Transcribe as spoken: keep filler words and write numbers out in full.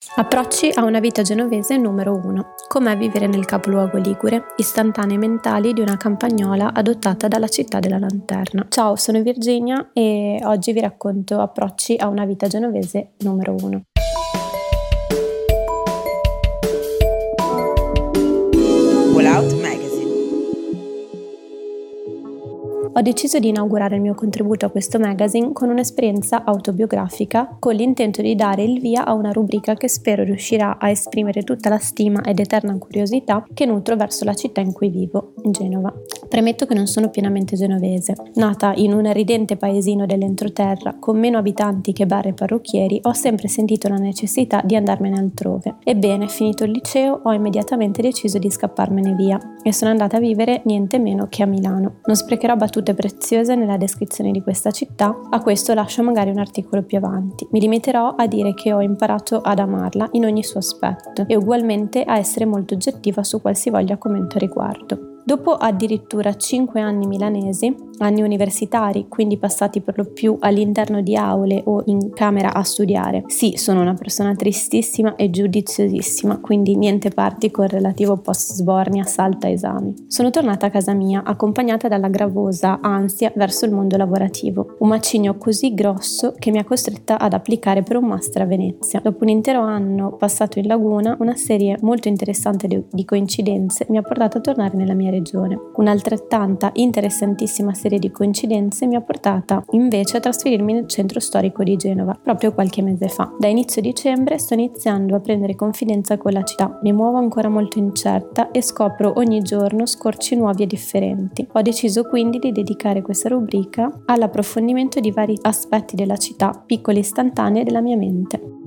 Approcci a una vita genovese numero uno. Com'è vivere nel capoluogo ligure? Istantanee mentali di una campagnola adottata dalla città della lanterna. Ciao, sono Virginia e oggi vi racconto approcci a una vita genovese numero uno. Wallout Magazine. Ho deciso di inaugurare il mio contributo a questo magazine con un'esperienza autobiografica, con l'intento di dare il via a una rubrica che spero riuscirà a esprimere tutta la stima ed eterna curiosità che nutro verso la città in cui vivo, Genova. Premetto che non sono pienamente genovese. Nata in un ridente paesino dell'entroterra con meno abitanti che bar e parrucchieri, ho sempre sentito la necessità di andarmene altrove. Ebbene, finito il liceo, ho immediatamente deciso di scapparmene via e sono andata a vivere niente meno che a Milano. Non sprecherò battute preziose nella descrizione di questa città, a questo lascio magari un articolo più avanti. Mi limiterò a dire che ho imparato ad amarla in ogni suo aspetto e ugualmente a essere molto oggettiva su qualsivoglia commento a riguardo. Dopo addirittura cinque anni milanesi, anni universitari, quindi passati per lo più all'interno di aule o in camera a studiare. Sì, sono una persona tristissima e giudiziosissima, quindi niente party con relativo post-sbornia salta esami. Sono tornata a casa mia, accompagnata dalla gravosa ansia verso il mondo lavorativo, un macigno così grosso che mi ha costretta ad applicare per un master a Venezia. Dopo un intero anno passato in laguna, una serie molto interessante di coincidenze mi ha portato a tornare nella mia regione. Un'altrettanta interessantissima serie di coincidenze mi ha portata invece a trasferirmi nel centro storico di Genova proprio qualche mese fa. Da inizio dicembre sto iniziando a prendere confidenza con la città, mi muovo ancora molto incerta e scopro ogni giorno scorci nuovi e differenti. Ho deciso quindi di dedicare questa rubrica all'approfondimento di vari aspetti della città, piccole istantanee della mia mente.